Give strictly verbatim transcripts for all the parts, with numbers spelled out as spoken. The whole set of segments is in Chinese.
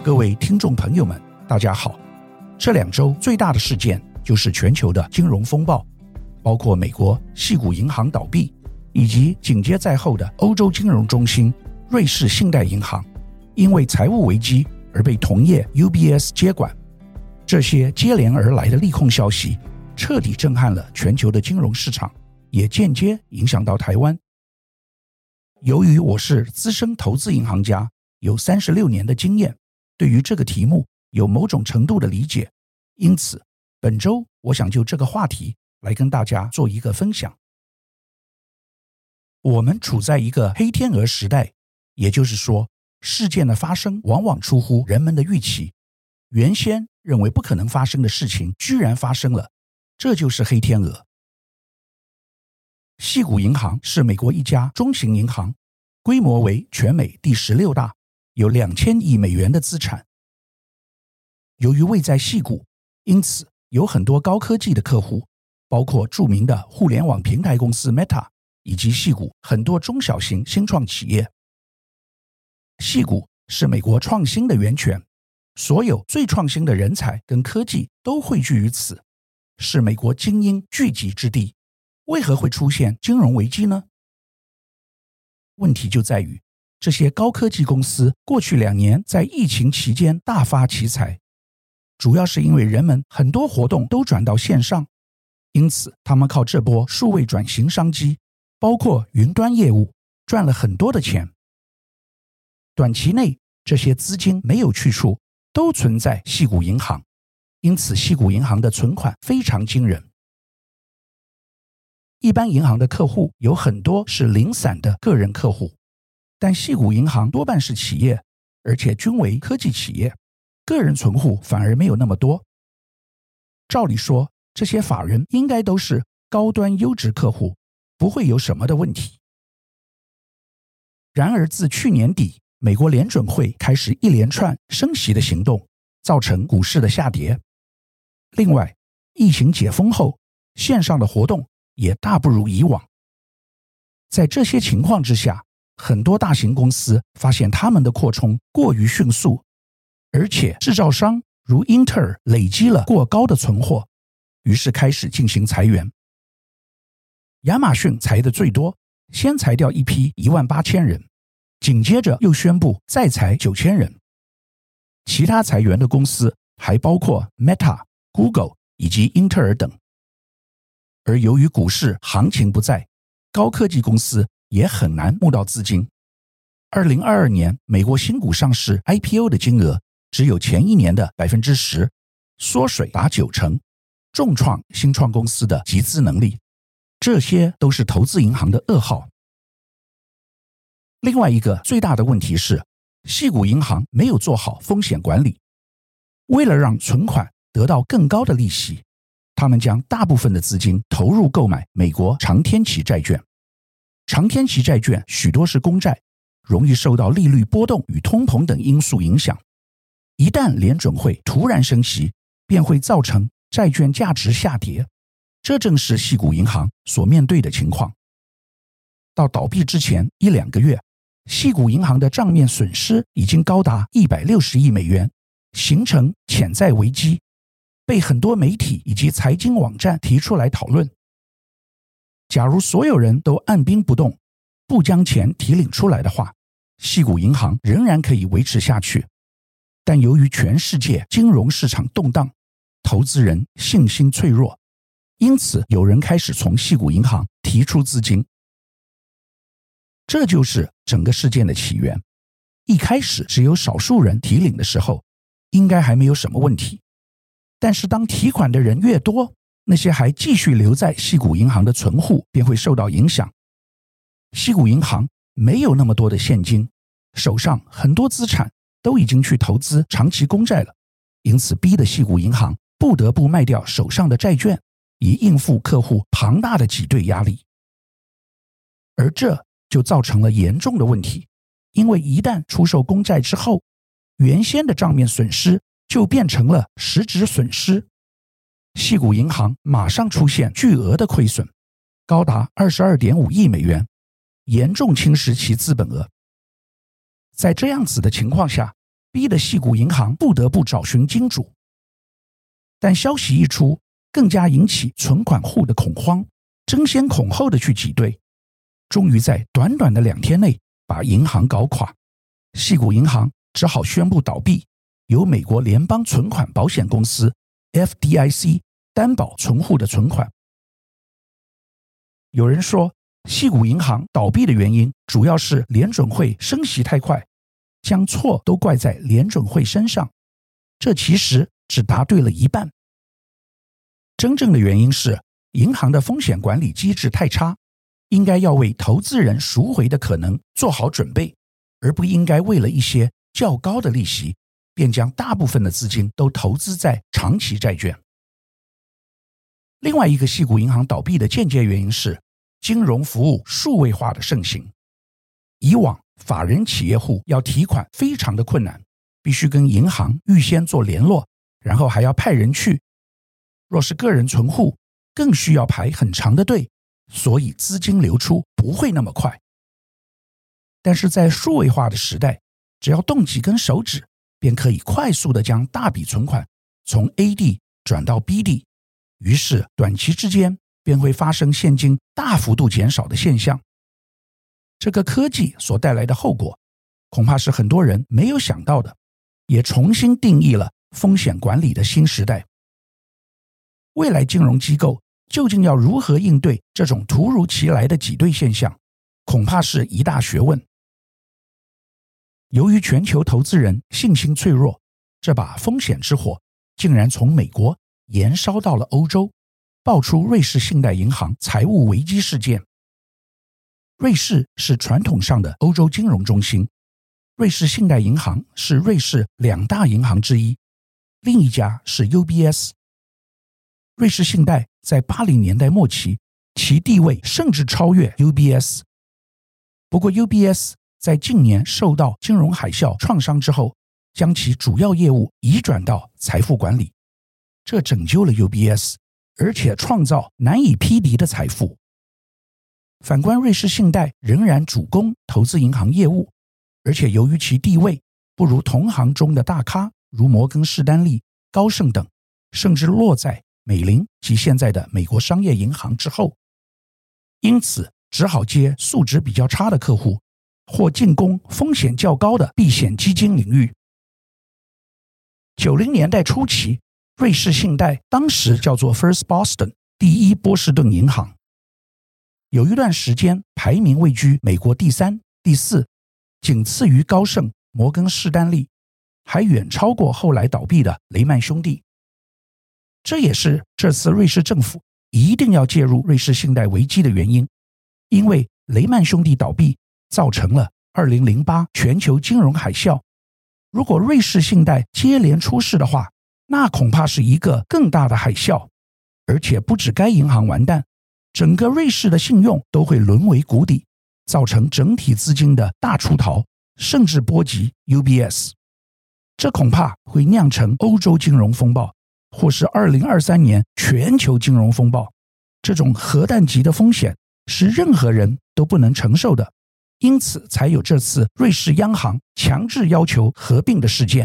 各位听众朋友们，大家好。这两周最大的事件就是全球的金融风暴，包括美国矽谷银行倒闭，以及紧接在后的欧洲金融中心瑞士信贷银行因为财务危机而被同业 U B S 接管。这些接连而来的利空消息彻底震撼了全球的金融市场，也间接影响到台湾。由于我是资深投资银行家，有三十六年的经验，对于这个题目有某种程度的理解，因此本周我想就这个话题来跟大家做一个分享。我们处在一个黑天鹅时代，也就是说，事件的发生往往出乎人们的预期，原先认为不可能发生的事情居然发生了，这就是黑天鹅。矽谷银行是美国一家中型银行，规模为全美第十六大，有两千亿美元的资产。由于位在矽谷，因此有很多高科技的客户，包括著名的互联网平台公司 Meta， 以及矽谷很多中小型新创企业。矽谷是美国创新的源泉，所有最创新的人才跟科技都汇聚于此，是美国精英聚集之地。为何会出现金融危机呢？问题就在于这些高科技公司过去两年在疫情期间大发奇财，主要是因为人们很多活动都转到线上，因此他们靠这波数位转型商机，包括云端业务，赚了很多的钱。短期内这些资金没有去处，都存在矽谷银行，因此矽谷银行的存款非常惊人。一般银行的客户有很多是零散的个人客户，但矽谷银行多半是企业，而且均为科技企业，个人存户反而没有那么多。照理说，这些法人应该都是高端优质客户，不会有什么的问题。然而自去年底，美国联准会开始一连串升息的行动，造成股市的下跌。另外，疫情解封后，线上的活动也大不如以往。在这些情况之下，很多大型公司发现他们的扩充过于迅速，而且制造商如英特尔累积了过高的存货，于是开始进行裁员。亚马逊裁的最多，先裁掉一批一万八千人，紧接着又宣布再裁九千人。其他裁员的公司还包括 Meta、Google 以及英特尔等。而由于股市行情不在，高科技公司也很难募到资金。二零二二年美国新股上市 I P O 的金额只有前一年的 百分之十， 缩水达九成，重创新创公司的集资能力。这些都是投资银行的噩耗。另外一个最大的问题是，矽谷银行没有做好风险管理。为了让存款得到更高的利息，他们将大部分的资金投入购买美国长天期债券。长天期债券许多是公债，容易受到利率波动与通膨等因素影响。一旦联准会突然升息，便会造成债券价值下跌，这正是矽谷银行所面对的情况。到倒闭之前一两个月，矽谷银行的账面损失已经高达一百六十亿美元，形成潜在危机，被很多媒体以及财经网站提出来讨论。假如所有人都按兵不动，不将钱提领出来的话，矽谷银行仍然可以维持下去。但由于全世界金融市场动荡，投资人信心脆弱，因此有人开始从矽谷银行提出资金。这就是整个事件的起源。一开始只有少数人提领的时候，应该还没有什么问题。但是当提款的人越多，那些还继续留在矽谷银行的存户便会受到影响。矽谷银行没有那么多的现金，手上很多资产都已经去投资长期公债了，因此逼得矽谷银行不得不卖掉手上的债券，以应付客户庞大的挤兑压力。而这就造成了严重的问题，因为一旦出售公债之后，原先的账面损失就变成了实质损失。矽谷银行马上出现巨额的亏损，高达 二十二点五亿美元，严重侵蚀其资本额。在这样子的情况下， 逼得矽谷银行不得不找寻金主。但消息一出，更加引起存款户的恐慌，争先恐后的去挤兑，终于在短短的两天内把银行搞垮。矽谷银行只好宣布倒闭，由美国联邦存款保险公司 F D I C 担保存户的存款。有人说，矽谷银行倒闭的原因主要是联准会升息太快，将错都怪在联准会身上，这其实只答对了一半。真正的原因是银行的风险管理机制太差，应该要为投资人赎回的可能做好准备，而不应该为了一些较高的利息，便将大部分的资金都投资在长期债券。另外一个矽谷银行倒闭的间接原因是金融服务数位化的盛行。以往法人企业户要提款非常的困难，必须跟银行预先做联络，然后还要派人去。若是个人存户，更需要排很长的队，所以资金流出不会那么快。但是在数位化的时代，只要动几根手指，便可以快速地将大笔存款从 A 地转到 B 地，于是短期之间便会发生现金大幅度减少的现象。这个科技所带来的后果，恐怕是很多人没有想到的，也重新定义了风险管理的新时代。未来金融机构究竟要如何应对这种突如其来的挤兑现象，恐怕是一大学问。由于全球投资人信心脆弱，这把风险之火竟然从美国延烧到了欧洲，爆出瑞士信贷银行财务危机事件。瑞士是传统上的欧洲金融中心，瑞士信贷银行是瑞士两大银行之一，另一家是 U B S。 瑞士信贷在八零年代末期，其地位甚至超越 U B S。 不过 U B S 在近年受到金融海啸创伤之后，将其主要业务移转到财富管理，这拯救了 U B S， 而且创造难以匹敌的财富。反观瑞士信贷仍然主攻投资银行业务，而且由于其地位不如同行中的大咖如摩根士丹利、高盛等，甚至落在美林及现在的美国商业银行之后，因此只好接素质比较差的客户，或进攻风险较高的避险基金领域。九零年代初期，瑞士信贷当时叫做 First Boston 第一波士顿银行，有一段时间排名位居美国第三、第四，仅次于高盛、摩根士丹利，还远超过后来倒闭的雷曼兄弟。这也是这次瑞士政府一定要介入瑞士信贷危机的原因，因为雷曼兄弟倒闭造成了二零零八全球金融海啸，如果瑞士信贷接连出事的话，那恐怕是一个更大的海啸，而且不止该银行完蛋，整个瑞士的信用都会沦为谷底，造成整体资金的大出逃，甚至波及 U B S。 这恐怕会酿成欧洲金融风暴，或是二零二三年全球金融风暴。这种核弹级的风险是任何人都不能承受的，因此才有这次瑞士央行强制要求合并的事件。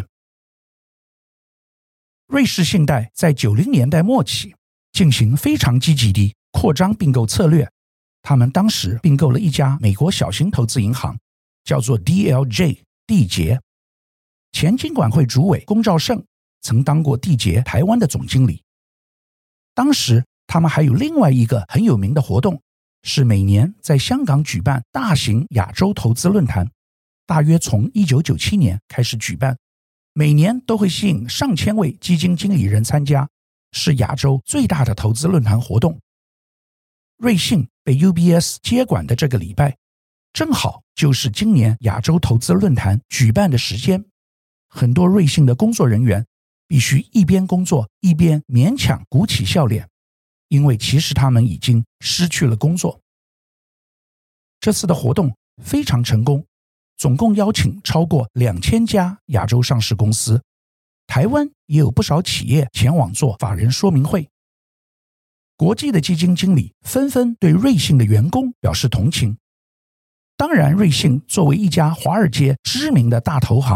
瑞士信贷在九零年代末期进行非常积极的扩张并购策略，他们当时并购了一家美国小型投资银行，叫做 D L J 缔结。前金管会主委龚兆盛曾当过缔结台湾的总经理。当时他们还有另外一个很有名的活动，是每年在香港举办大型亚洲投资论坛，大约从一九九七年开始举办，每年都会吸引上千位基金经理人参加，是亚洲最大的投资论坛活动。瑞信被 U B S 接管的这个礼拜，正好就是今年亚洲投资论坛举办的时间，很多瑞信的工作人员必须一边工作一边勉强鼓起笑脸，因为其实他们已经失去了工作。这次的活动非常成功，总共邀请超过两千家亚洲上市公司，台湾也有不少企业前往做法人说明会。国际的基金经理纷纷对瑞信的员工表示同情。当然，瑞信作为一家华尔街知名的大投行，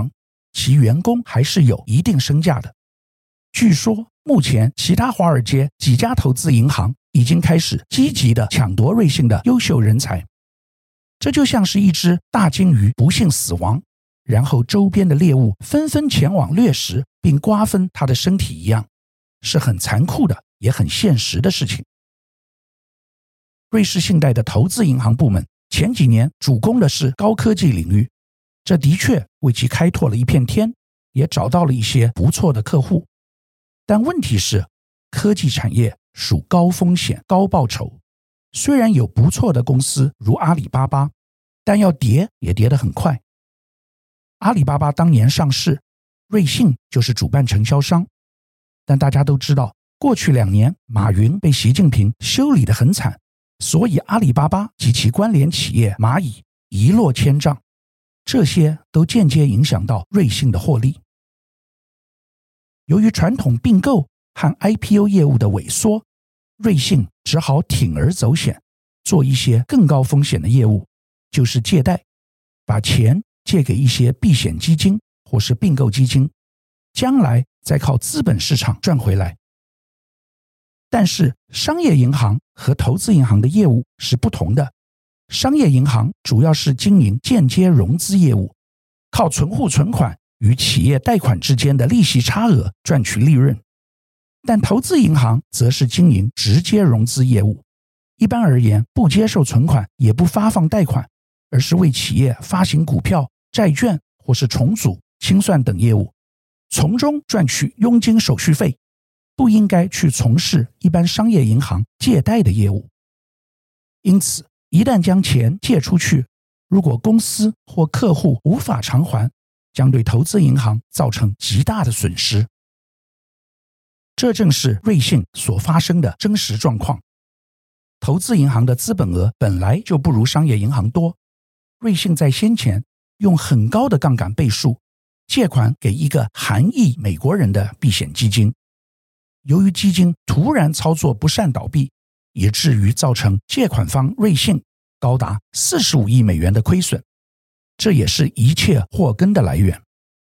其员工还是有一定身价的。据说目前其他华尔街几家投资银行已经开始积极地抢夺瑞信的优秀人才，这就像是一只大鲸鱼不幸死亡，然后周边的猎物纷纷前往掠食并瓜分它的身体一样，是很残酷的也很现实的事情。瑞士信贷的投资银行部门前几年主攻的是高科技领域，这的确为其开拓了一片天，也找到了一些不错的客户。但问题是，科技产业属高风险高报酬，虽然有不错的公司如阿里巴巴，但要跌也跌得很快。阿里巴巴当年上市，瑞信就是主办承销商，但大家都知道，过去两年马云被习近平修理得很惨，所以阿里巴巴及其关联企业蚂蚁一落千丈，这些都间接影响到瑞信的获利。由于传统并购和 I P O 业务的萎缩，瑞信只好铤而走险，做一些更高风险的业务，就是借贷，把钱借给一些避险基金或是并购基金，将来再靠资本市场赚回来。但是商业银行和投资银行的业务是不同的，商业银行主要是经营间接融资业务，靠存户存款与企业贷款之间的利息差额赚取利润，但投资银行则是经营直接融资业务，一般而言不接受存款，也不发放贷款，而是为企业发行股票、债券或是重组、清算等业务，从中赚取佣金手续费，不应该去从事一般商业银行借贷的业务。因此，一旦将钱借出去，如果公司或客户无法偿还，将对投资银行造成极大的损失。这正是瑞信所发生的真实状况。投资银行的资本额本来就不如商业银行多，瑞信在先前用很高的杠杆倍数借款给一个韩裔美国人的避险基金，由于基金突然操作不善倒闭，也至于造成借款方瑞信高达四十五亿美元的亏损，这也是一切祸根的来源。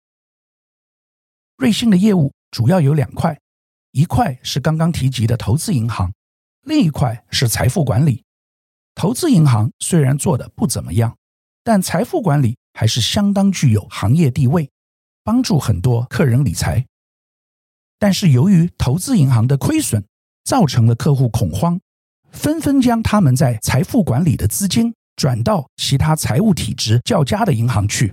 瑞信的业务主要有两块，一块是刚刚提及的投资银行，另一块是财富管理。投资银行虽然做得不怎么样，但财富管理还是相当具有行业地位，帮助很多客人理财。但是由于投资银行的亏损，造成了客户恐慌，纷纷将他们在财富管理的资金转到其他财务体质较佳的银行去。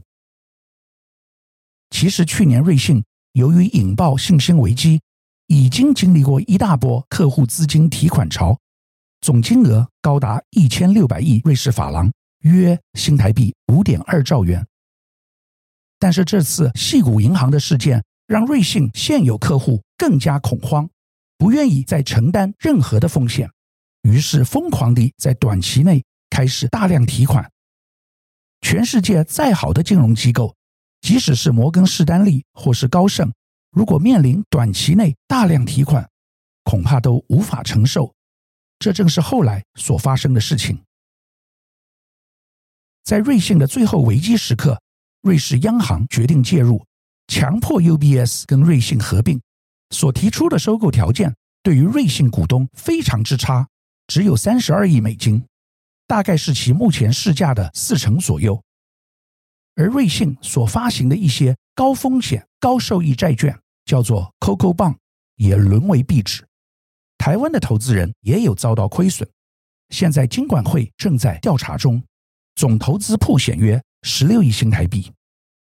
其实去年瑞信由于引爆信心危机，已经经历过一大波客户资金提款潮，总金额高达一千六百亿瑞士法郎，约新台币 五点二兆元。但是这次矽谷银行的事件让瑞信现有客户更加恐慌，不愿意再承担任何的风险，于是疯狂地在短期内开始大量提款。全世界再好的金融机构，即使是摩根士丹利或是高盛，如果面临短期内大量提款，恐怕都无法承受。这正是后来所发生的事情。在瑞信的最后危机时刻，瑞士央行决定介入，强迫 U B S 跟瑞信合并，所提出的收购条件对于瑞信股东非常之差，只有三十二亿美金，大概是其目前市价的四成左右。而瑞信所发行的一些高风险高收益债券叫做 Coco Bond， 也沦为壁纸。台湾的投资人也有遭到亏损，现在金管会正在调查中，总投资曝险约十六亿新台币。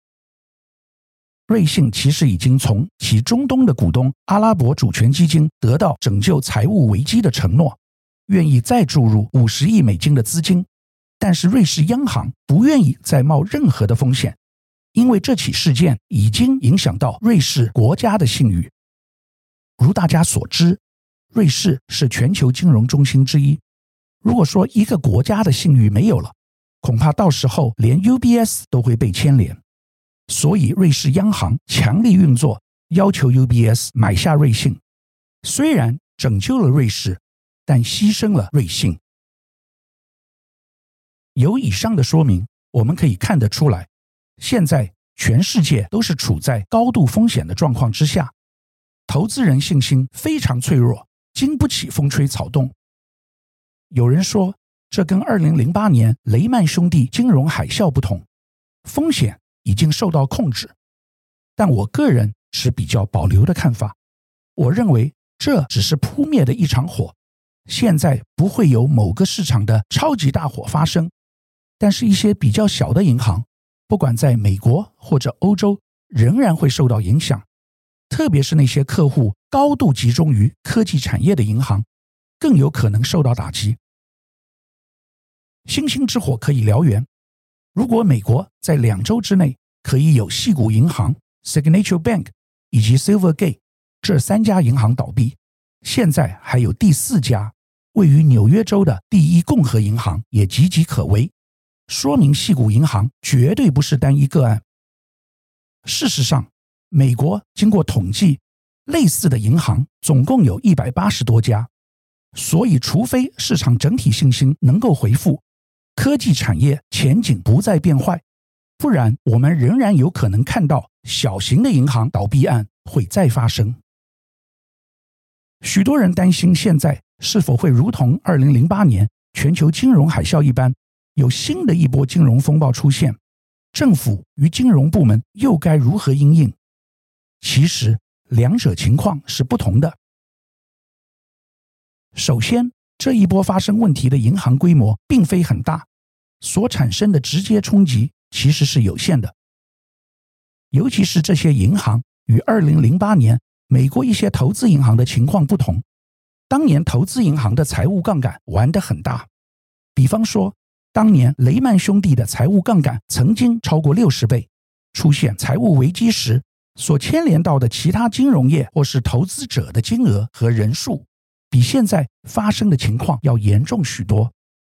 瑞信其实已经从其中东的股东阿拉伯主权基金得到拯救财务危机的承诺，愿意再注入五十亿美金的资金，但是瑞士央行不愿意再冒任何的风险，因为这起事件已经影响到瑞士国家的信誉。如大家所知，瑞士是全球金融中心之一，如果说一个国家的信誉没有了，恐怕到时候连 U B S 都会被牵连。所以瑞士央行强力运作，要求 U B S 买下瑞信，虽然拯救了瑞士，但牺牲了瑞信。由以上的说明，我们可以看得出来，现在全世界都是处在高度风险的状况之下，投资人信心非常脆弱，经不起风吹草动。有人说，这跟二零零八年雷曼兄弟金融海啸不同，风险已经受到控制。但我个人持比较保留的看法，我认为这只是扑灭的一场火，现在不会有某个市场的超级大火发生，但是一些比较小的银行，不管在美国或者欧洲，仍然会受到影响，特别是那些客户高度集中于科技产业的银行，更有可能受到打击。星星之火可以燎原，如果美国在两周之内可以有矽谷银行、Signature Bank 以及 Silvergate 这三家银行倒闭，现在还有第四家位于纽约州的第一共和银行也岌岌可危，说明矽谷银行绝对不是单一个案。事实上，美国经过统计，类似的银行总共有一百八十多家，所以除非市场整体信心能够恢复，科技产业前景不再变坏，不然我们仍然有可能看到小型的银行倒闭案会再发生。许多人担心现在是否会如同二零零八年全球金融海啸一般，有新的一波金融风暴出现，政府与金融部门又该如何因应？其实两者情况是不同的。首先，这一波发生问题的银行规模并非很大，所产生的直接冲击其实是有限的。尤其是这些银行与二零零八年美国一些投资银行的情况不同，当年投资银行的财务杠杆玩得很大，比方说当年雷曼兄弟的财务杠杆曾经超过六十倍，出现财务危机时所牵连到的其他金融业或是投资者的金额和人数比现在发生的情况要严重许多。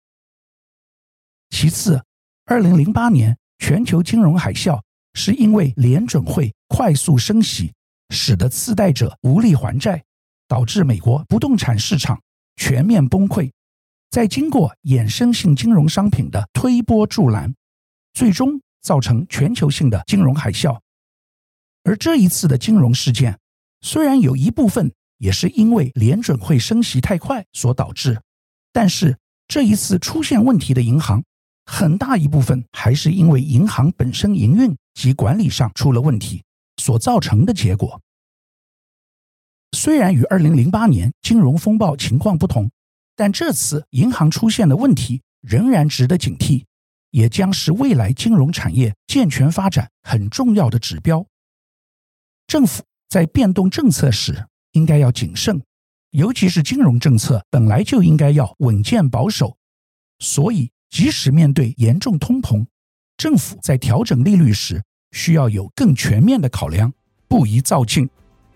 其次，二零零八年全球金融海啸是因为联准会快速升息，使得次贷者无力还债，导致美国不动产市场全面崩溃，再经过衍生性金融商品的推波助澜，最终造成全球性的金融海啸。而这一次的金融事件，虽然有一部分也是因为联准会升息太快所导致，但是这一次出现问题的银行，很大一部分还是因为银行本身营运及管理上出了问题所造成的结果。虽然与二零零八年金融风暴情况不同，但这次银行出现的问题仍然值得警惕，也将是未来金融产业健全发展很重要的指标。政府在变动政策时应该要谨慎，尤其是金融政策本来就应该要稳健保守，所以即使面对严重通膨，政府在调整利率时需要有更全面的考量，不宜躁进。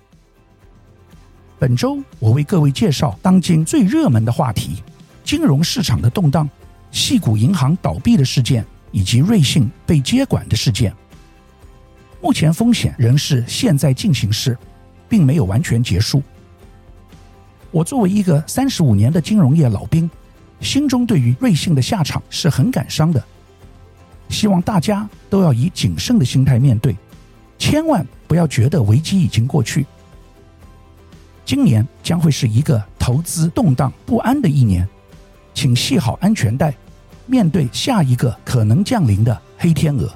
本周我为各位介绍当今最热门的话题：金融市场的动荡、矽谷银行倒闭的事件以及瑞信被接管的事件。目前风险仍是现在进行式，并没有完全结束。我作为一个三十五年的金融业老兵，心中对于瑞信的下场是很感伤的。希望大家都要以谨慎的心态面对，千万不要觉得危机已经过去。今年将会是一个投资动荡不安的一年，请系好安全带，面对下一个可能降临的黑天鹅。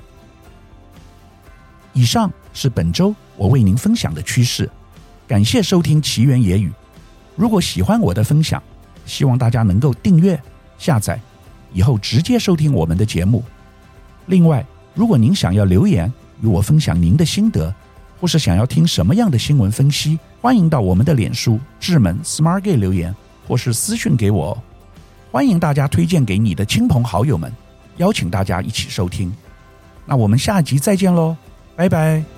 以上是本周我为您分享的趋势，感谢收听奇缘野语。如果喜欢我的分享，希望大家能够订阅、下载，以后直接收听我们的节目。另外，如果您想要留言与我分享您的心得，或是想要听什么样的新闻分析，欢迎到我们的脸书智门 SmartGate 留言，或是私讯给我哦。欢迎大家推荐给你的亲朋好友们，邀请大家一起收听。那我们下集再见喽，拜拜。